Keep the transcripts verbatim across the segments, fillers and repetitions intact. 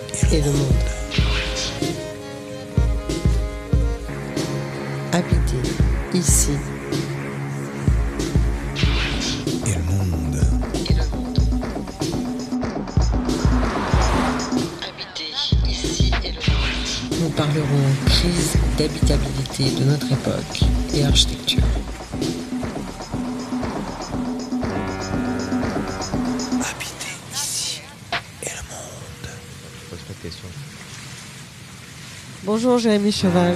et le monde. Habiter ici et le monde. et le monde. Habiter ici et le monde. Nous parlerons crise d'habitabilité de notre époque et architecture. Habiter ici et le monde. Je pose pas de questions. Bonjour Jérémy Cheval.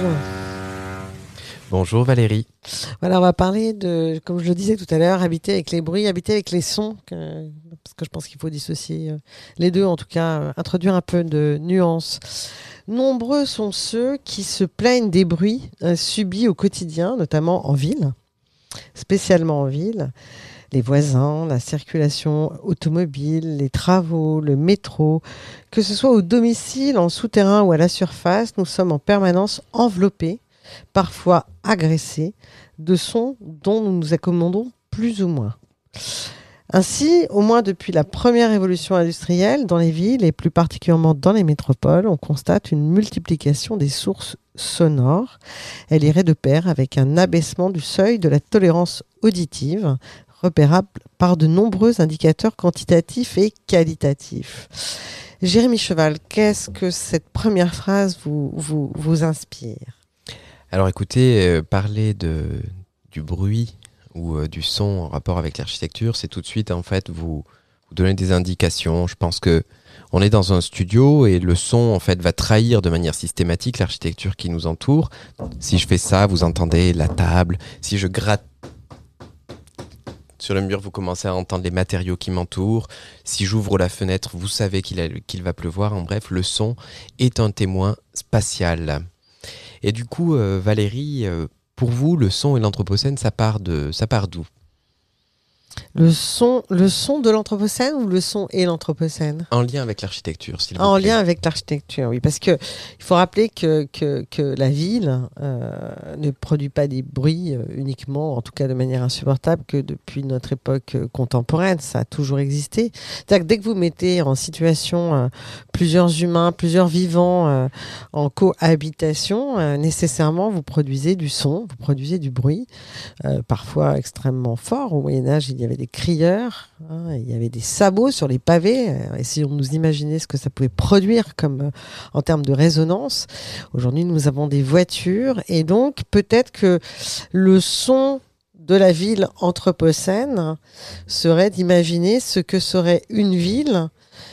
Bonjour Valérie. Voilà, on va parler de, comme je le disais tout à l'heure, habiter avec les bruits, habiter avec les sons, que- parce que je pense qu'il faut dissocier euh, les deux, en tout cas, euh, introduire un peu de nuance. Nombreux sont ceux qui se plaignent des bruits euh, subis au quotidien, notamment en ville, spécialement en ville. Les voisins, la circulation automobile, les travaux, le métro, que ce soit au domicile, en souterrain ou à la surface, nous sommes en permanence enveloppés, parfois agressés, de sons dont nous nous accommodons plus ou moins. Ainsi, au moins depuis la première révolution industrielle, dans les villes et plus particulièrement dans les métropoles, on constate une multiplication des sources sonores. Elle irait de pair avec un abaissement du seuil de la tolérance auditive, repérable par de nombreux indicateurs quantitatifs et qualitatifs. Jérémy Cheval, qu'est-ce que cette première phrase vous, vous, vous inspire ? Alors écoutez, euh, parler de, du bruit ou euh, du son en rapport avec l'architecture, c'est tout de suite en fait vous, vous donner des indications. Je pense que on est dans un studio et le son en fait va trahir de manière systématique l'architecture qui nous entoure. Si je fais ça, vous entendez la table. Si je gratte sur le mur, vous commencez à entendre les matériaux qui m'entourent. Si j'ouvre la fenêtre, vous savez qu'il, a, qu'il va pleuvoir. En bref, le son est un témoin spatial. Et du coup, euh, Valérie, euh, pour vous, le son et l'anthropocène, ça part de, ça part d'où ? Le son, le son de l'anthropocène ou le son et l'anthropocène ? En lien avec l'architecture, s'il vous En plaît. lien avec l'architecture, oui, parce que il faut rappeler que, que, que la ville euh, ne produit pas des bruits euh, uniquement, en tout cas de manière insupportable, que depuis notre époque euh, contemporaine. Ça a toujours existé. C'est-à-dire que dès que vous mettez en situation euh, plusieurs humains, plusieurs vivants euh, en cohabitation, euh, nécessairement vous produisez du son, vous produisez du bruit, euh, parfois extrêmement fort. Au Moyen-Âge, il y avait des crieurs, hein, il y avait des sabots sur les pavés. Euh, essayons de nous imaginer ce que ça pouvait produire comme, euh, en termes de résonance. Aujourd'hui, nous avons des voitures et donc peut-être que le son de la ville anthropocène serait d'imaginer ce que serait une ville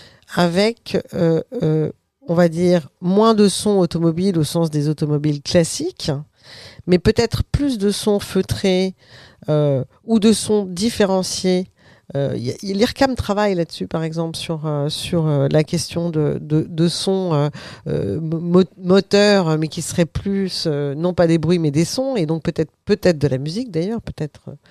avec, euh, euh, on va dire, moins de sons automobiles au sens des automobiles classiques, mais peut-être plus de sons feutrés euh, ou de sons différenciés. Euh, y a- y- L'I R C A M travaille là-dessus, par exemple, sur, euh, sur euh, la question de, de, de sons euh, euh, mo- moteurs, mais qui seraient plus, euh, non pas des bruits, mais des sons, et donc peut-être peut-être de la musique d'ailleurs, peut-être, euh,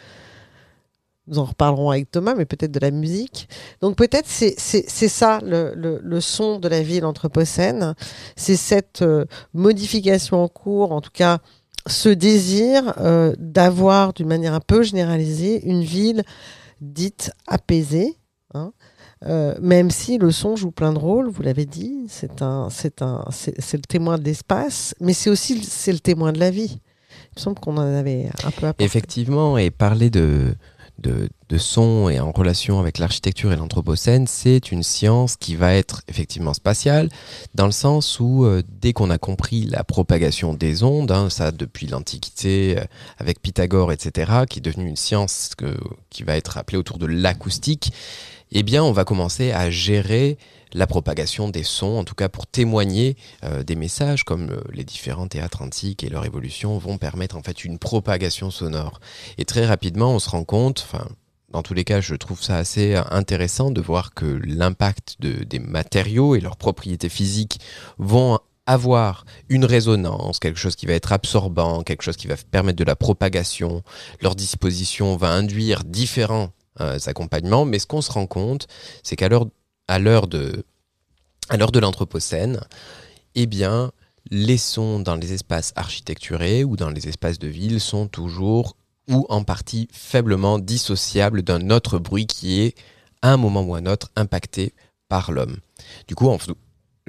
nous en reparlerons avec Thomas, mais peut-être de la musique. Donc peut-être c'est, c'est, c'est ça le, le, le son de la ville anthropocène, c'est cette euh, modification en cours, en tout cas ce désir euh, d'avoir d'une manière un peu généralisée une ville dite apaisée, hein, euh, même si le son joue plein de rôles, vous l'avez dit, c'est, un, c'est, un, c'est, c'est le témoin de l'espace, mais c'est aussi le- c'est le témoin de la vie. Il me semble qu'on en avait un peu apporté. Effectivement, et parler de, de, de son et en relation avec l'architecture et l'anthropocène, c'est une science qui va être effectivement spatiale, dans le sens où euh, dès qu'on a compris la propagation des ondes, hein, ça depuis l'Antiquité, euh, avec Pythagore, et cetera, qui est devenue une science que, qui va être appelée autour de l'acoustique, eh bien on va commencer à gérer la propagation des sons, en tout cas pour témoigner euh, des messages, comme euh, les différents théâtres antiques et leur évolution vont permettre en fait une propagation sonore. Et très rapidement, on se rend compte, enfin, dans tous les cas, je trouve ça assez intéressant de voir que l'impact de, des matériaux et leurs propriétés physiques vont avoir une résonance, quelque chose qui va être absorbant, quelque chose qui va permettre de la propagation. Leur disposition va induire différents euh, accompagnements, mais ce qu'on se rend compte, c'est qu'à l'heure à l'heure de, à l'heure de l'Anthropocène, eh bien, les sons dans les espaces architecturés ou dans les espaces de ville sont toujours ou en partie faiblement dissociables d'un autre bruit qui est, à un moment ou à un autre, impacté par l'homme. Du coup, en,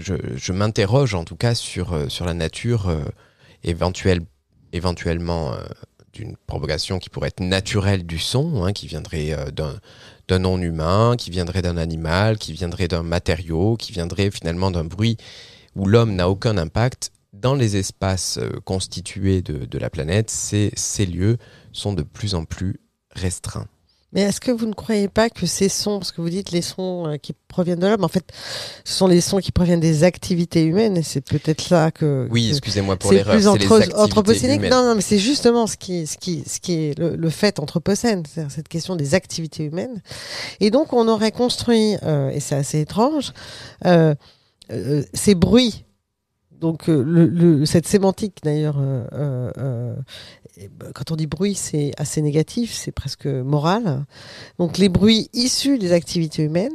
je, je m'interroge en tout cas sur, euh, sur la nature euh, éventuelle, éventuellement euh, d'une propagation qui pourrait être naturelle du son, hein, qui viendrait euh, d'un, d'un non-humain, qui viendrait d'un animal, qui viendrait d'un matériau, qui viendrait finalement d'un bruit où l'homme n'a aucun impact. Dans les espaces euh, constitués de, de la planète, ces, ces lieux sont de plus en plus restreints. Mais est-ce que vous ne croyez pas que ces sons, parce que vous dites les sons euh, qui proviennent de l'homme, en fait, ce sont les sons qui proviennent des activités humaines, et c'est peut-être là que... Oui, que excusez-moi pour c'est l'erreur, plus c'est les anthro- activités anthropocénique. humaines. Non, non, mais c'est justement ce qui, ce qui, ce qui est le, le fait anthropocène, c'est-à-dire cette question des activités humaines. Et donc, on aurait construit, euh, et c'est assez étrange, euh, euh, ces bruits. Donc, euh, le, le, cette sémantique, d'ailleurs, euh, euh, euh, quand on dit bruit, c'est assez négatif, c'est presque moral. Donc, les bruits issus des activités humaines,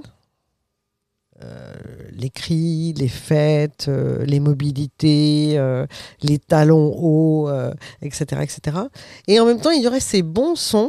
euh, les cris, les fêtes, euh, les mobilités, euh, les talons hauts, euh, et cetera, et cetera. Et en même temps, il y aurait ces bons sons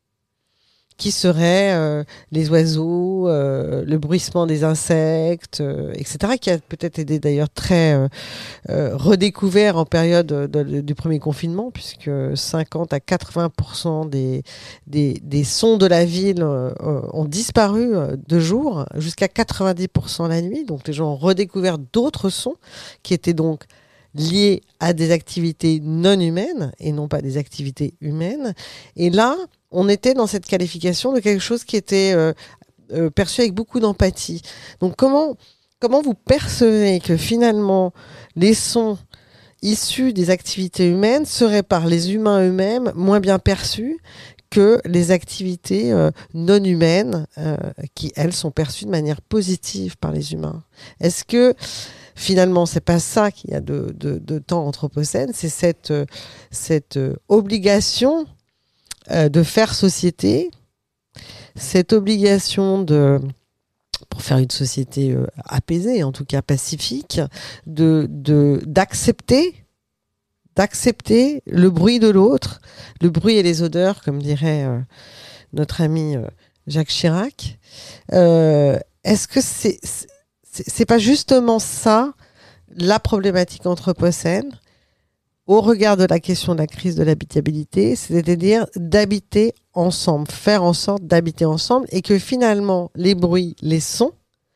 qui seraient euh, les oiseaux, euh, le bruissement des insectes, euh, et cetera, qui a peut-être été d'ailleurs très euh, euh, redécouvert en période de, de, du premier confinement, puisque cinquante à quatre-vingts pour cent des, des, des sons de la ville euh, ont disparu euh, de jour, jusqu'à quatre-vingt-dix pour cent la nuit. Donc les gens ont redécouvert d'autres sons qui étaient donc liés à des activités non humaines et non pas des activités humaines. Et là, on était dans cette qualification de quelque chose qui était euh, euh, perçu avec beaucoup d'empathie. Donc comment, comment vous percevez que finalement les sons issus des activités humaines seraient par les humains eux-mêmes moins bien perçus que les activités euh, non humaines euh, qui, elles, sont perçues de manière positive par les humains? Est-ce que finalement, c'est pas ça qu'il y a de, de, de temps anthropocène, c'est cette, euh, cette euh, obligation euh, de faire société, cette obligation de, pour faire une société euh, apaisée, en tout cas pacifique, de, de, d'accepter, d'accepter le bruit de l'autre, le bruit et les odeurs, comme dirait euh, notre ami euh, Jacques Chirac. Euh, est-ce que c'est, c'est c'est pas justement ça la problématique anthropocène au regard de la question de la crise de l'habitabilité, c'est-à-dire d'habiter ensemble, faire en sorte d'habiter ensemble, et que finalement les bruits, les sons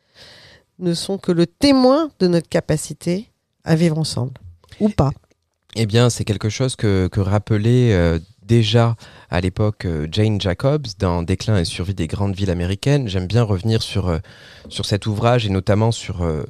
ne sont que le témoin de notre capacité à vivre ensemble, ou pas? Eh bien, c'est quelque chose que, que rappelait euh, déjà à l'époque euh, Jane Jacobs dans Déclin et survie des grandes villes américaines. J'aime bien revenir sur, euh, sur cet ouvrage et notamment sur, euh,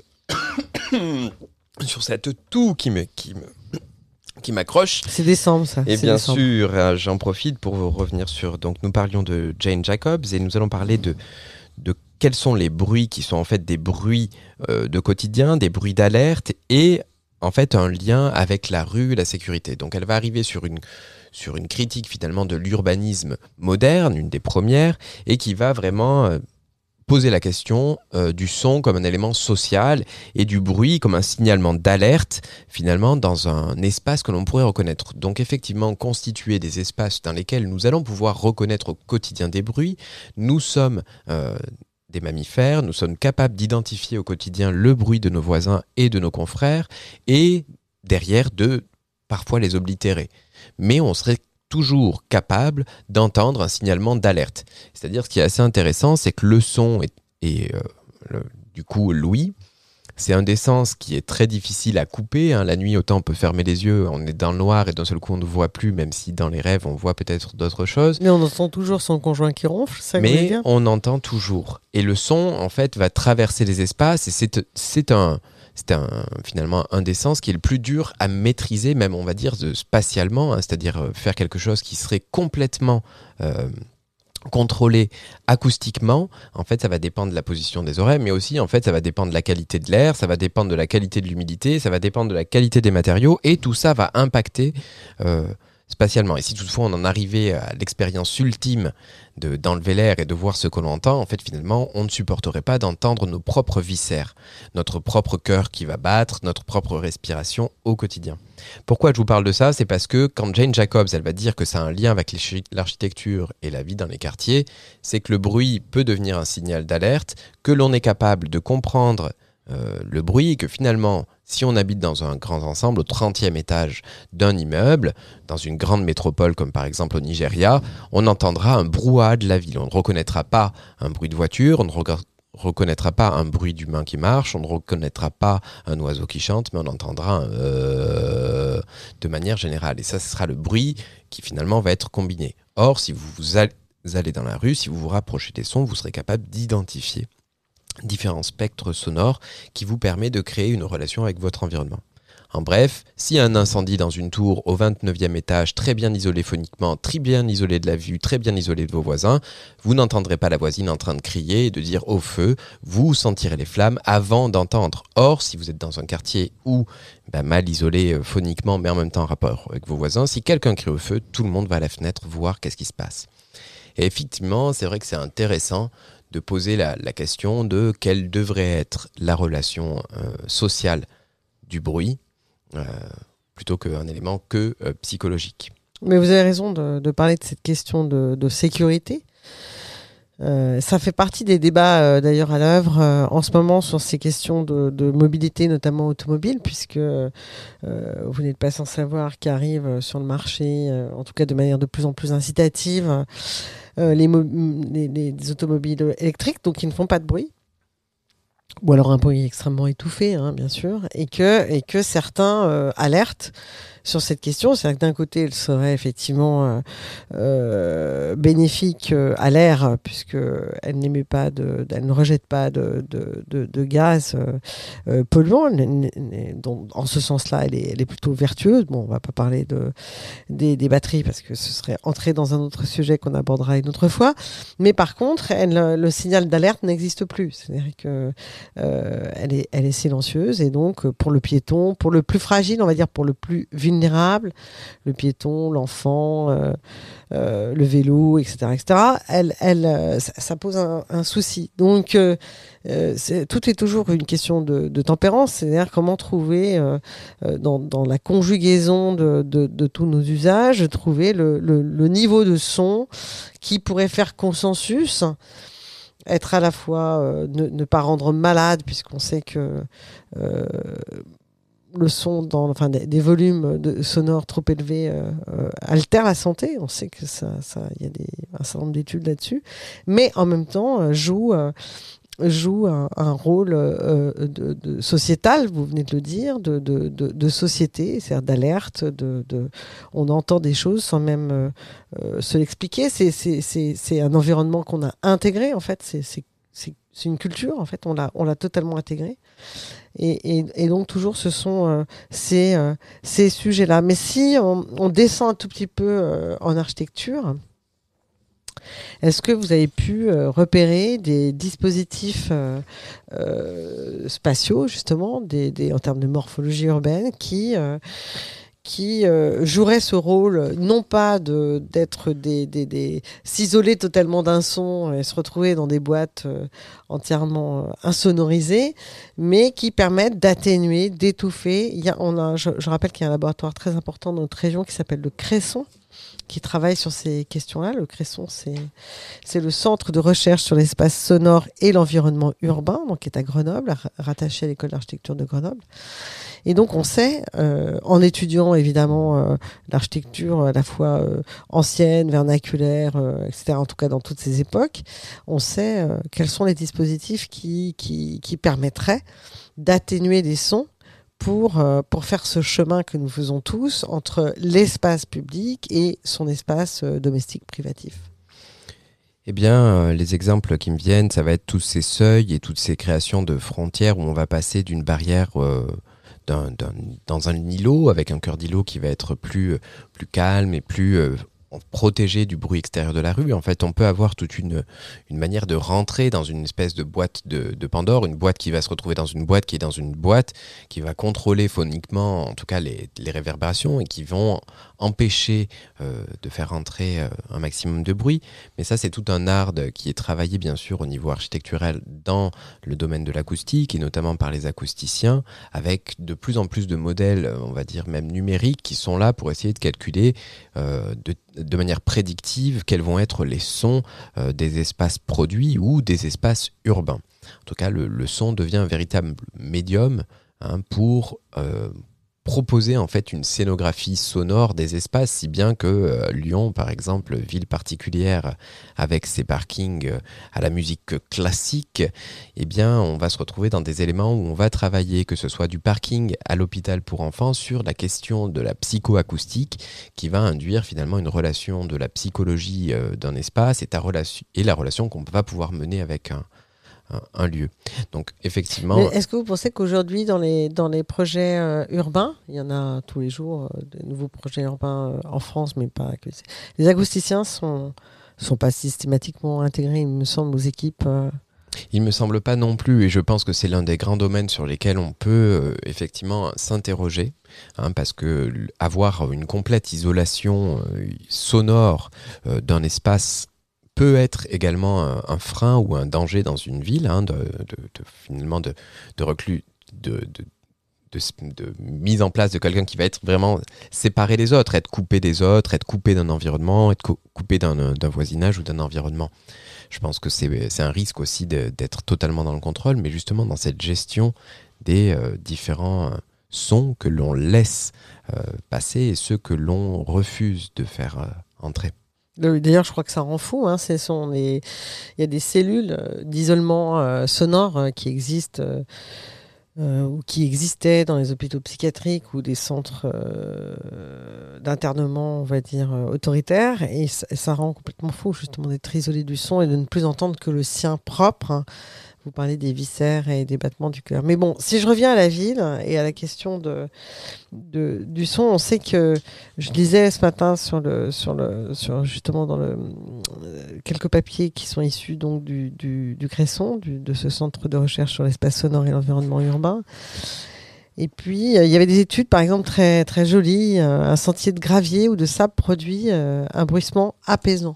sur cette toux qui me, qui me, qui m'accroche. C'est décembre, ça. Et c'est bien décembre. sûr, euh, j'en profite pour revenir sur... Donc, nous parlions de Jane Jacobs et nous allons parler de, de quels sont les bruits qui sont en fait des bruits euh, de quotidien, des bruits d'alerte et en fait un lien avec la rue, la sécurité. Donc, elle va arriver sur une... sur une critique finalement de l'urbanisme moderne, une des premières, et qui va vraiment euh, poser la question euh, du son comme un élément social et du bruit comme un signalement d'alerte finalement dans un espace que l'on pourrait reconnaître. Donc effectivement, constituer des espaces dans lesquels nous allons pouvoir reconnaître au quotidien des bruits, nous sommes... Euh, des mammifères, nous sommes capables d'identifier au quotidien le bruit de nos voisins et de nos confrères, et derrière de parfois les oblitérer. Mais on serait toujours capable d'entendre un signalement d'alerte. C'est-à-dire, ce qui est assez intéressant, c'est que le son et, et euh, le, du coup l'ouïe, c'est un des sens qui est très difficile à couper. Hein. La nuit, autant on peut fermer les yeux, on est dans le noir et d'un seul coup on ne voit plus, même si dans les rêves on voit peut-être d'autres choses. Mais on entend toujours son conjoint qui ronfle, c'est ça que vous voulez Mais dire? on entend toujours. Et le son, en fait, va traverser les espaces et c'est, c'est un... C'est un, finalement un des sens qui est le plus dur à maîtriser, même on va dire de, spatialement, hein, c'est-à-dire faire quelque chose qui serait complètement euh, contrôlé acoustiquement. En fait, ça va dépendre de la position des oreilles, mais aussi en fait, ça va dépendre de la qualité de l'air, ça va dépendre de la qualité de l'humidité, ça va dépendre de la qualité des matériaux, et tout ça va impacter euh, spatialement. Et si toutefois on en arrivait à l'expérience ultime de, d'enlever l'air et de voir ce que l'on entend, en fait finalement on ne supporterait pas d'entendre nos propres viscères, notre propre cœur qui va battre, notre propre respiration au quotidien. Pourquoi je vous parle de ça? C'est parce que quand Jane Jacobs elle va dire que ça a un lien avec l'architecture et la vie dans les quartiers, c'est que le bruit peut devenir un signal d'alerte, que l'on est capable de comprendre euh, le bruit, et que finalement, si on habite dans un grand ensemble, au trentième étage d'un immeuble, dans une grande métropole comme par exemple au Nigeria, on entendra un brouhaha de la ville. On ne reconnaîtra pas un bruit de voiture, on ne re- reconnaîtra pas un bruit d'humain qui marche, on ne reconnaîtra pas un oiseau qui chante, mais on entendra un euh, de manière générale. Et ça, ce sera le bruit qui finalement va être combiné. Or, si vous, vous allez dans la rue, si vous vous rapprochez des sons, vous serez capable d'identifier différents spectres sonores qui vous permettent de créer une relation avec votre environnement. En bref, s'il y a un incendie dans une tour au vingt-neuvième étage, très bien isolé phoniquement, très bien isolé de la vue, très bien isolé de vos voisins, vous n'entendrez pas la voisine en train de crier et de dire au feu, vous sentirez les flammes avant d'entendre. Or, si vous êtes dans un quartier où ben, mal isolé euh, phoniquement, mais en même temps en rapport avec vos voisins, si quelqu'un crie au feu, tout le monde va à la fenêtre voir qu'est-ce qui se passe. Et effectivement, c'est vrai que c'est intéressant de poser la, la question de quelle devrait être la relation euh, sociale du bruit, euh, plutôt qu'un élément que euh, psychologique. Mais vous avez raison de, de parler de cette question de, de sécurité. Euh, ça fait partie des débats euh, d'ailleurs à l'œuvre euh, en ce moment sur ces questions de, de mobilité, notamment automobile, puisque euh, vous n'êtes pas sans savoir qu'arrivent sur le marché, euh, en tout cas de manière de plus en plus incitative, euh, les, mo- les, les automobiles électriques, donc qui ne font pas de bruit, ou alors un bruit extrêmement étouffé, hein, bien sûr, et que, et que certains euh, alertent sur cette question. C'est-à-dire que d'un côté, elle serait effectivement euh, euh, bénéfique euh, à l'air, puisqu'elle n'émet pas, de, elle ne rejette pas de, de, de, de gaz euh, euh, polluants. Donc, en ce sens-là, elle est, elle est plutôt vertueuse. Bon, on ne va pas parler de, des, des batteries, parce que ce serait entrer dans un autre sujet qu'on abordera une autre fois. Mais par contre, elle, le signal d'alerte n'existe plus. C'est-à-dire que euh, elle est, elle est silencieuse, et donc pour le piéton, pour le plus fragile, on va dire, pour le plus vulnérable, le piéton, l'enfant, euh, euh, le vélo, et cetera, et cetera. Elle, elle, euh, ça, ça pose un, un souci. Donc, euh, euh, c'est, tout est toujours une question de, de tempérance, c'est-à-dire comment trouver euh, dans, dans la conjugaison de, de, de tous nos usages, trouver le, le, le niveau de son qui pourrait faire consensus, être à la fois euh, ne, ne pas rendre malade, puisqu'on sait que euh, le son dans enfin des, des volumes de, sonores trop élevés euh, euh, altèrent la santé. On sait que ça ça il y a des un certain nombre d'études là-dessus, mais en même temps euh, joue euh, joue un, un rôle euh, de, de sociétal, vous venez de le dire, de, de, de, de société, c'est-à-dire d'alerte, de, de, on entend des choses sans même euh, euh, se l'expliquer. C'est, c'est, c'est, c'est un environnement qu'on a intégré, en fait, c'est, c'est, c'est, c'est une culture, en fait, on l'a, on l'a totalement intégré. Et, et, et donc toujours ce sont euh, ces, euh, ces sujets-là. Mais si on, on descend un tout petit peu euh, en architecture, est-ce que vous avez pu euh, repérer des dispositifs euh, euh, spatiaux, justement, des, des, en termes de morphologie urbaine, qui, euh, qui euh, joueraient ce rôle, non pas de, d'être des, des, des, s'isoler totalement d'un son et se retrouver dans des boîtes euh, entièrement euh, insonorisées, mais qui permettent d'atténuer, d'étouffer. Il y a, on a, je, je rappelle qu'il y a un laboratoire très important dans notre région qui s'appelle le Cresson, qui travaille sur ces questions-là. Le Cresson, c'est, c'est le centre de recherche sur l'espace sonore et l'environnement urbain, donc qui est à Grenoble, rattaché à l'école d'architecture de Grenoble. Et donc on sait, euh, en étudiant évidemment euh, l'architecture à la fois euh, ancienne, vernaculaire, euh, et cetera, en tout cas dans toutes ces époques, on sait euh, quels sont les dispositifs qui, qui, qui permettraient d'atténuer les sons pour, euh, pour faire ce chemin que nous faisons tous entre l'espace public et son espace euh, domestique privatif. Eh bien, euh, les exemples qui me viennent, ça va être tous ces seuils et toutes ces créations de frontières où on va passer d'une barrière euh, d'un, d'un, dans un îlot, avec un cœur d'îlot qui va être plus, plus calme et plus euh, protégé du bruit extérieur de la rue. En fait, on peut avoir toute une, une manière de rentrer dans une espèce de boîte de, de Pandore, une boîte qui va se retrouver dans une boîte qui est dans une boîte, qui va contrôler phoniquement, en tout cas, les, les réverbérations et qui vont empêcher euh, de faire rentrer euh, un maximum de bruit. Mais ça, c'est tout un art de, qui est travaillé, bien sûr, au niveau architecturel dans le domaine de l'acoustique et notamment par les acousticiens, avec de plus en plus de modèles, on va dire même numériques, qui sont là pour essayer de calculer euh, de de manière prédictive quels vont être les sons euh, des espaces produits ou des espaces urbains. En tout cas, le, le son devient un véritable médium hein, pour euh, proposer en fait une scénographie sonore des espaces, si bien que euh, Lyon, par exemple, ville particulière avec ses parkings euh, à la musique classique, eh bien, on va se retrouver dans des éléments où on va travailler, que ce soit du parking à l'hôpital pour enfants, sur la question de la psychoacoustique, qui va induire finalement une relation de la psychologie euh, d'un espace et, ta relation, et la relation qu'on va pouvoir mener avec un Un, un lieu. Donc effectivement. Mais est-ce que vous pensez qu'aujourd'hui, dans les, dans les projets euh, urbains, il y en a tous les jours, euh, de nouveaux projets urbains euh, en France, mais pas que. Les acousticiens sont sont pas systématiquement intégrés, il me semble, aux équipes. Euh... Il me semble pas non plus, et je pense que c'est l'un des grands domaines sur lesquels on peut euh, effectivement s'interroger, hein, parce que avoir une complète isolation euh, sonore euh, d'un espace peut être également un, un frein ou un danger dans une ville, hein, de, de, de, finalement de, de reclus, de, de, de, de mise en place de quelqu'un qui va être vraiment séparé des autres, être coupé des autres, être coupé d'un environnement, être co- coupé d'un, d'un voisinage ou d'un environnement. Je pense que c'est, c'est un risque aussi de, d'être totalement dans le contrôle, mais justement dans cette gestion des euh, différents sons que l'on laisse euh, passer et ceux que l'on refuse de faire euh, entrer. D'ailleurs, je crois que ça rend fou. Hein, ce sont les... Il y a des cellules d'isolement euh, sonore euh, qui existent euh, euh, ou qui existaient dans les hôpitaux psychiatriques ou des centres euh, d'internement, on va dire, euh, autoritaires. Et ça, ça rend complètement fou, justement, d'être isolé du son et de ne plus entendre que le sien propre. Hein. Vous parlez des viscères et des battements du cœur. Mais bon, si je reviens à la ville et à la question de, de, du son, on sait que je lisais ce matin sur le, sur le, sur justement dans le, quelques papiers qui sont issus donc du, du, du Cresson, du, de ce centre de recherche sur l'espace sonore et l'environnement urbain. Et puis, euh, il y avait des études, par exemple, très, très jolies. Euh, un sentier de gravier ou de sable produit euh, un bruissement apaisant.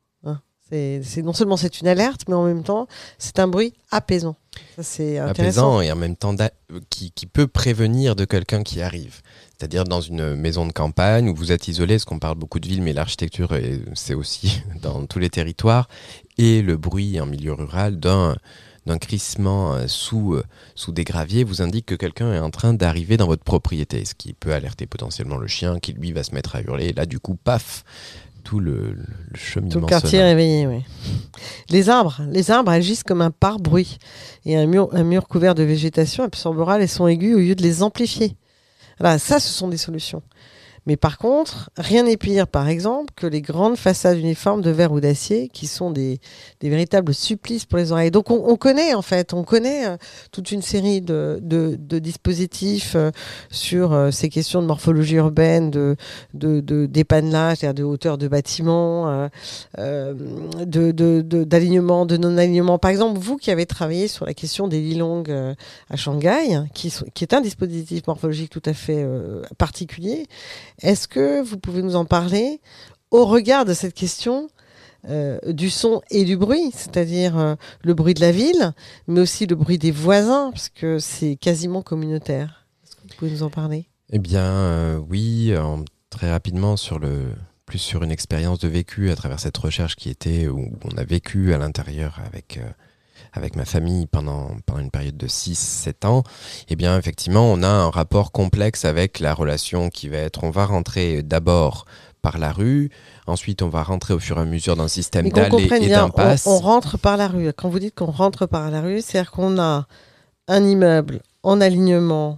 C'est, c'est, non seulement c'est une alerte, mais en même temps, c'est un bruit apaisant. Ça, c'est intéressant. Apaisant et en même temps da- qui, qui peut prévenir de quelqu'un qui arrive. C'est-à-dire dans une maison de campagne où vous êtes isolé, parce qu'on parle beaucoup de villes, mais l'architecture, est, c'est aussi dans tous les territoires, et le bruit en milieu rural d'un, d'un crissement sous, sous des graviers vous indique que quelqu'un est en train d'arriver dans votre propriété, ce qui peut alerter potentiellement le chien, qui lui va se mettre à hurler, et là du coup, paf, tout le, le cheminement tout le quartier sonore. réveillé, oui. Les arbres, les arbres agissent comme un pare-bruit et un mur, un mur couvert de végétation absorbera les sons aigus au lieu de les amplifier. Voilà, ça, ce sont des solutions. Mais par contre, rien n'est pire, par exemple, que les grandes façades uniformes de verre ou d'acier qui sont des, des véritables supplices pour les oreilles. Donc on, on connaît, en fait, on connaît euh, toute une série de, de, de dispositifs euh, sur euh, ces questions de morphologie urbaine, de, de, de, d'épanelage, c'est-à-dire de hauteur de bâtiments, euh, euh, de, de, de, d'alignement, de non-alignement. Par exemple, vous qui avez travaillé sur la question des lits longues euh, à Shanghai, qui, sont, qui est un dispositif morphologique tout à fait euh, particulier, est-ce que vous pouvez nous en parler au regard de cette question euh, du son et du bruit, c'est-à-dire euh, le bruit de la ville, mais aussi le bruit des voisins, parce que c'est quasiment communautaire. Est-ce que vous pouvez nous en parler ? Eh bien, euh, oui, en- très rapidement, sur le, plus sur une expérience de vécu à travers cette recherche qui était où on a vécu à l'intérieur avec... Euh, avec ma famille pendant, pendant une période de six sept ans, eh bien, effectivement, on a un rapport complexe avec la relation qui va être, on va rentrer d'abord par la rue, ensuite on va rentrer au fur et à mesure d'un système d'allées et bien, d'impasses. On, on rentre par la rue. Quand vous dites qu'on rentre par la rue, c'est-à-dire qu'on a un immeuble en alignement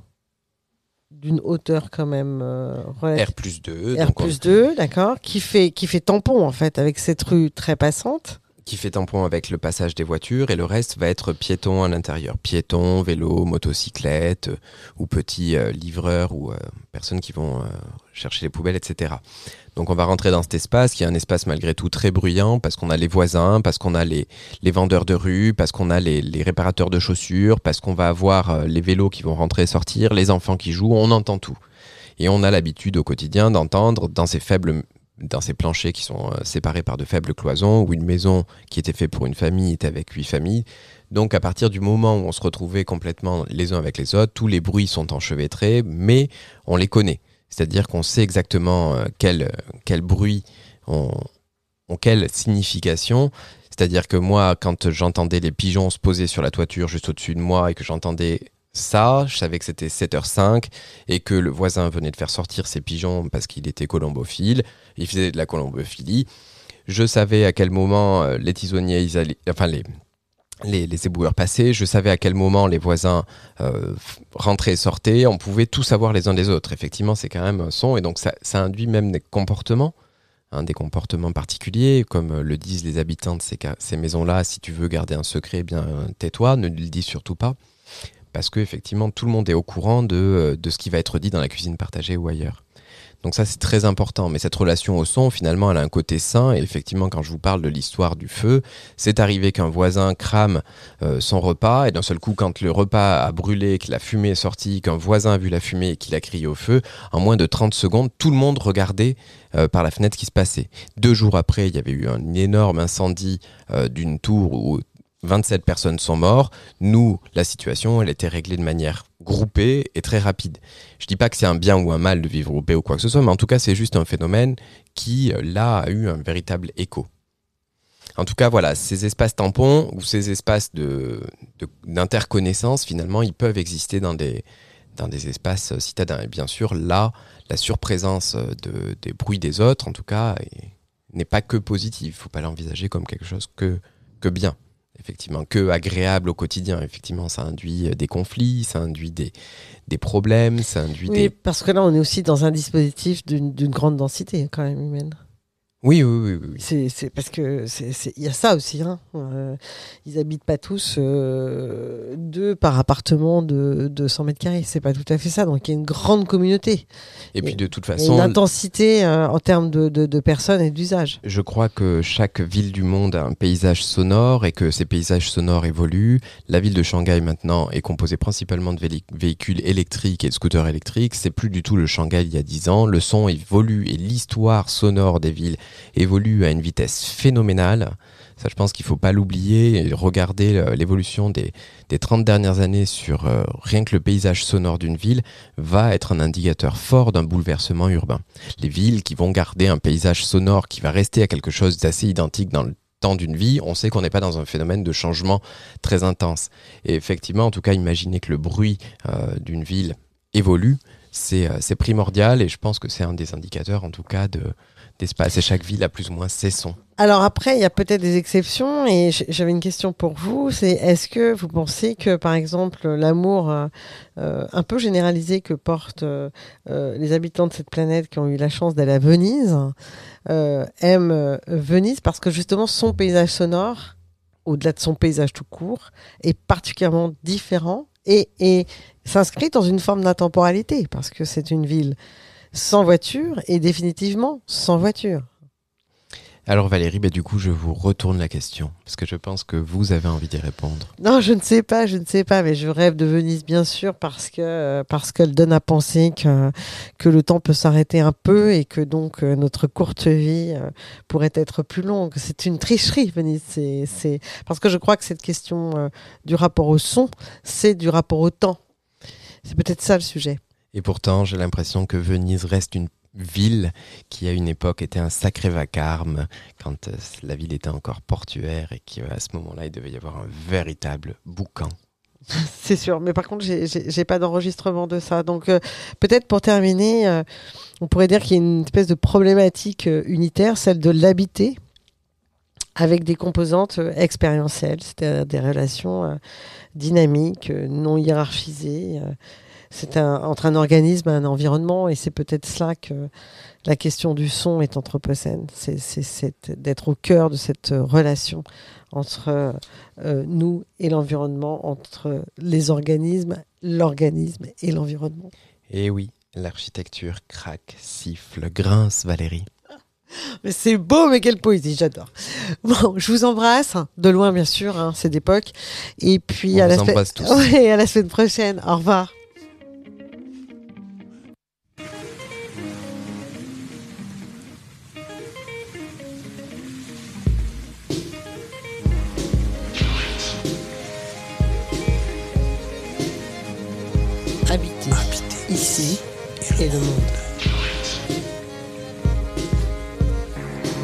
d'une hauteur quand même euh, relative. R plus deux. R plus deux, d'accord, qui fait, qui fait tampon en fait avec cette rue très passante. Qui fait tampon avec le passage des voitures et le reste va être piéton à l'intérieur. Piéton, vélo, motocyclette euh, ou petits euh, livreurs ou euh, personnes qui vont euh, chercher les poubelles, et cetera. Donc on va rentrer dans cet espace qui est un espace malgré tout très bruyant parce qu'on a les voisins, parce qu'on a les, les vendeurs de rue, parce qu'on a les, les réparateurs de chaussures, parce qu'on va avoir euh, les vélos qui vont rentrer et sortir, les enfants qui jouent, on entend tout. Et on a l'habitude au quotidien d'entendre dans ces faibles... dans ces planchers qui sont euh, séparés par de faibles cloisons, où une maison qui était faite pour une famille était avec huit familles. Donc à partir du moment où on se retrouvait complètement les uns avec les autres, tous les bruits sont enchevêtrés, mais on les connaît. C'est-à-dire qu'on sait exactement euh, quel, quel bruit ont, ont quelle signification. C'est-à-dire que moi, quand j'entendais les pigeons se poser sur la toiture juste au-dessus de moi et que j'entendais ça, je savais que c'était sept heures cinq et que le voisin venait de faire sortir ses pigeons parce qu'il était colombophile, il faisait de la colombophilie. Je savais à quel moment euh, les tisonniers, ils allaient, enfin les, les, les éboueurs passaient, je savais à quel moment les voisins euh, rentraient et sortaient, on pouvait tout savoir les uns des autres. Effectivement, c'est quand même un son et donc ça, ça induit même des comportements. Hein, des comportements particuliers, comme le disent les habitants de ces, ca- ces maisons-là. Si tu veux garder un secret, eh bien tais-toi, ne le dis surtout pas, parce que effectivement tout le monde est au courant de, de ce qui va être dit dans la cuisine partagée ou ailleurs. Donc ça c'est très important, mais cette relation au son finalement elle a un côté sain, et effectivement quand je vous parle de l'histoire du feu, c'est arrivé qu'un voisin crame euh, son repas, et d'un seul coup quand le repas a brûlé, que la fumée est sortie, qu'un voisin a vu la fumée et qu'il a crié au feu, en moins de trente secondes, tout le monde regardait euh, par la fenêtre ce qui se passait. Deux jours après, il y avait eu un énorme incendie euh, d'une tour où vingt-sept personnes sont mortes. Nous, la situation, elle était réglée de manière groupée et très rapide. Je dis pas que c'est un bien ou un mal de vivre groupé ou quoi que ce soit, mais en tout cas, c'est juste un phénomène qui, là, a eu un véritable écho. En tout cas, voilà, ces espaces tampons ou ces espaces de, de, d'interconnaissance, finalement, ils peuvent exister dans des, dans des espaces citadins. Et bien sûr, là, la surprésence de, des bruits des autres, en tout cas, est, n'est pas que positive. Il ne faut pas l'envisager comme quelque chose que, que bien. Effectivement, que agréable au quotidien. Effectivement, ça induit des conflits, ça induit des, des problèmes, ça induit Oui, des... parce que là, on est aussi dans un dispositif d'une, d'une grande densité, quand même, humaine. Oui, oui, oui. oui. C'est, c'est parce que c'est, c'est, il y a ça aussi. Hein. Euh, ils habitent pas tous euh, deux par appartement de, de cent mètres carrés. C'est pas tout à fait ça. Donc il y a une grande communauté. Et, et puis de toute et façon... une intensité euh, en termes de, de, de personnes et d'usage. Je crois que chaque ville du monde a un paysage sonore et que ces paysages sonores évoluent. La ville de Shanghai maintenant est composée principalement de vé- véhicules électriques et de scooters électriques. C'est plus du tout le Shanghai il y a dix ans. Le son évolue et l'histoire sonore des villes évolue à une vitesse phénoménale. Ça, je pense qu'il ne faut pas l'oublier et regarder l'évolution des, des trente dernières années sur euh, rien que le paysage sonore d'une ville va être un indicateur fort d'un bouleversement urbain. Les villes qui vont garder un paysage sonore qui va rester à quelque chose d'assez identique dans le temps d'une vie, on sait qu'on n'est pas dans un phénomène de changement très intense. Et effectivement, en tout cas, imaginer que le bruit euh, d'une ville évolue, c'est, euh, c'est primordial et je pense que c'est un des indicateurs en tout cas de d'espace, et chaque ville a plus ou moins ses sons. Alors après, il y a peut-être des exceptions, et j'avais une question pour vous, c'est est-ce que vous pensez que, par exemple, l'amour euh, euh, un peu généralisé que portent euh, euh, les habitants de cette planète qui ont eu la chance d'aller à Venise, euh, aiment euh, Venise parce que justement son paysage sonore, au-delà de son paysage tout court, est particulièrement différent et, et s'inscrit dans une forme d'intemporalité, parce que c'est une ville sans voiture et définitivement sans voiture. Alors Valérie, bah du coup je vous retourne la question, parce que je pense que vous avez envie d'y répondre. Non, je ne sais pas, je ne sais pas, mais je rêve de Venise bien sûr, parce que euh, parce qu'elle donne à penser que, que le temps peut s'arrêter un peu et que donc euh, notre courte vie euh, pourrait être plus longue. C'est une tricherie, Venise. C'est, c'est... Parce que je crois que cette question euh, du rapport au son, c'est du rapport au temps. C'est peut-être ça le sujet. Et pourtant, j'ai l'impression que Venise reste une ville qui, à une époque, était un sacré vacarme, quand euh, la ville était encore portuaire et qu'à ce moment-là, il devait y avoir un véritable boucan. C'est sûr, mais par contre, j'ai, j'ai, j'ai pas d'enregistrement de ça. Donc, euh, peut-être pour terminer, euh, on pourrait dire qu'il y a une espèce de problématique euh, unitaire, celle de l'habiter, avec des composantes euh, expérientielles, c'est-à-dire des relations euh, dynamiques, euh, non hiérarchisées. Euh, C'est un, entre un organisme et un environnement, et c'est peut-être cela que la question du son est anthropocène. C'est, c'est, c'est d'être au cœur de cette relation entre euh, nous et l'environnement, entre les organismes, l'organisme et l'environnement. Et oui, l'architecture craque, siffle, grince, Valérie. Mais c'est beau, mais quelle poésie, j'adore. Bon, je vous embrasse, de loin bien sûr, hein, c'est d'époque. Et puis On à vous la, embrasse spe... tous. ouais, à la semaine prochaine. Au revoir. Habiter, Habiter ici et le monde.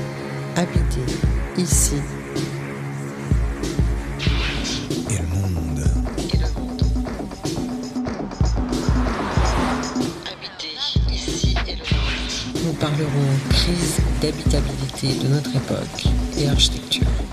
habiter ici et le monde. et le monde. Habiter ici et le monde. Nous parlerons crise d'habitabilité de notre époque et architecture.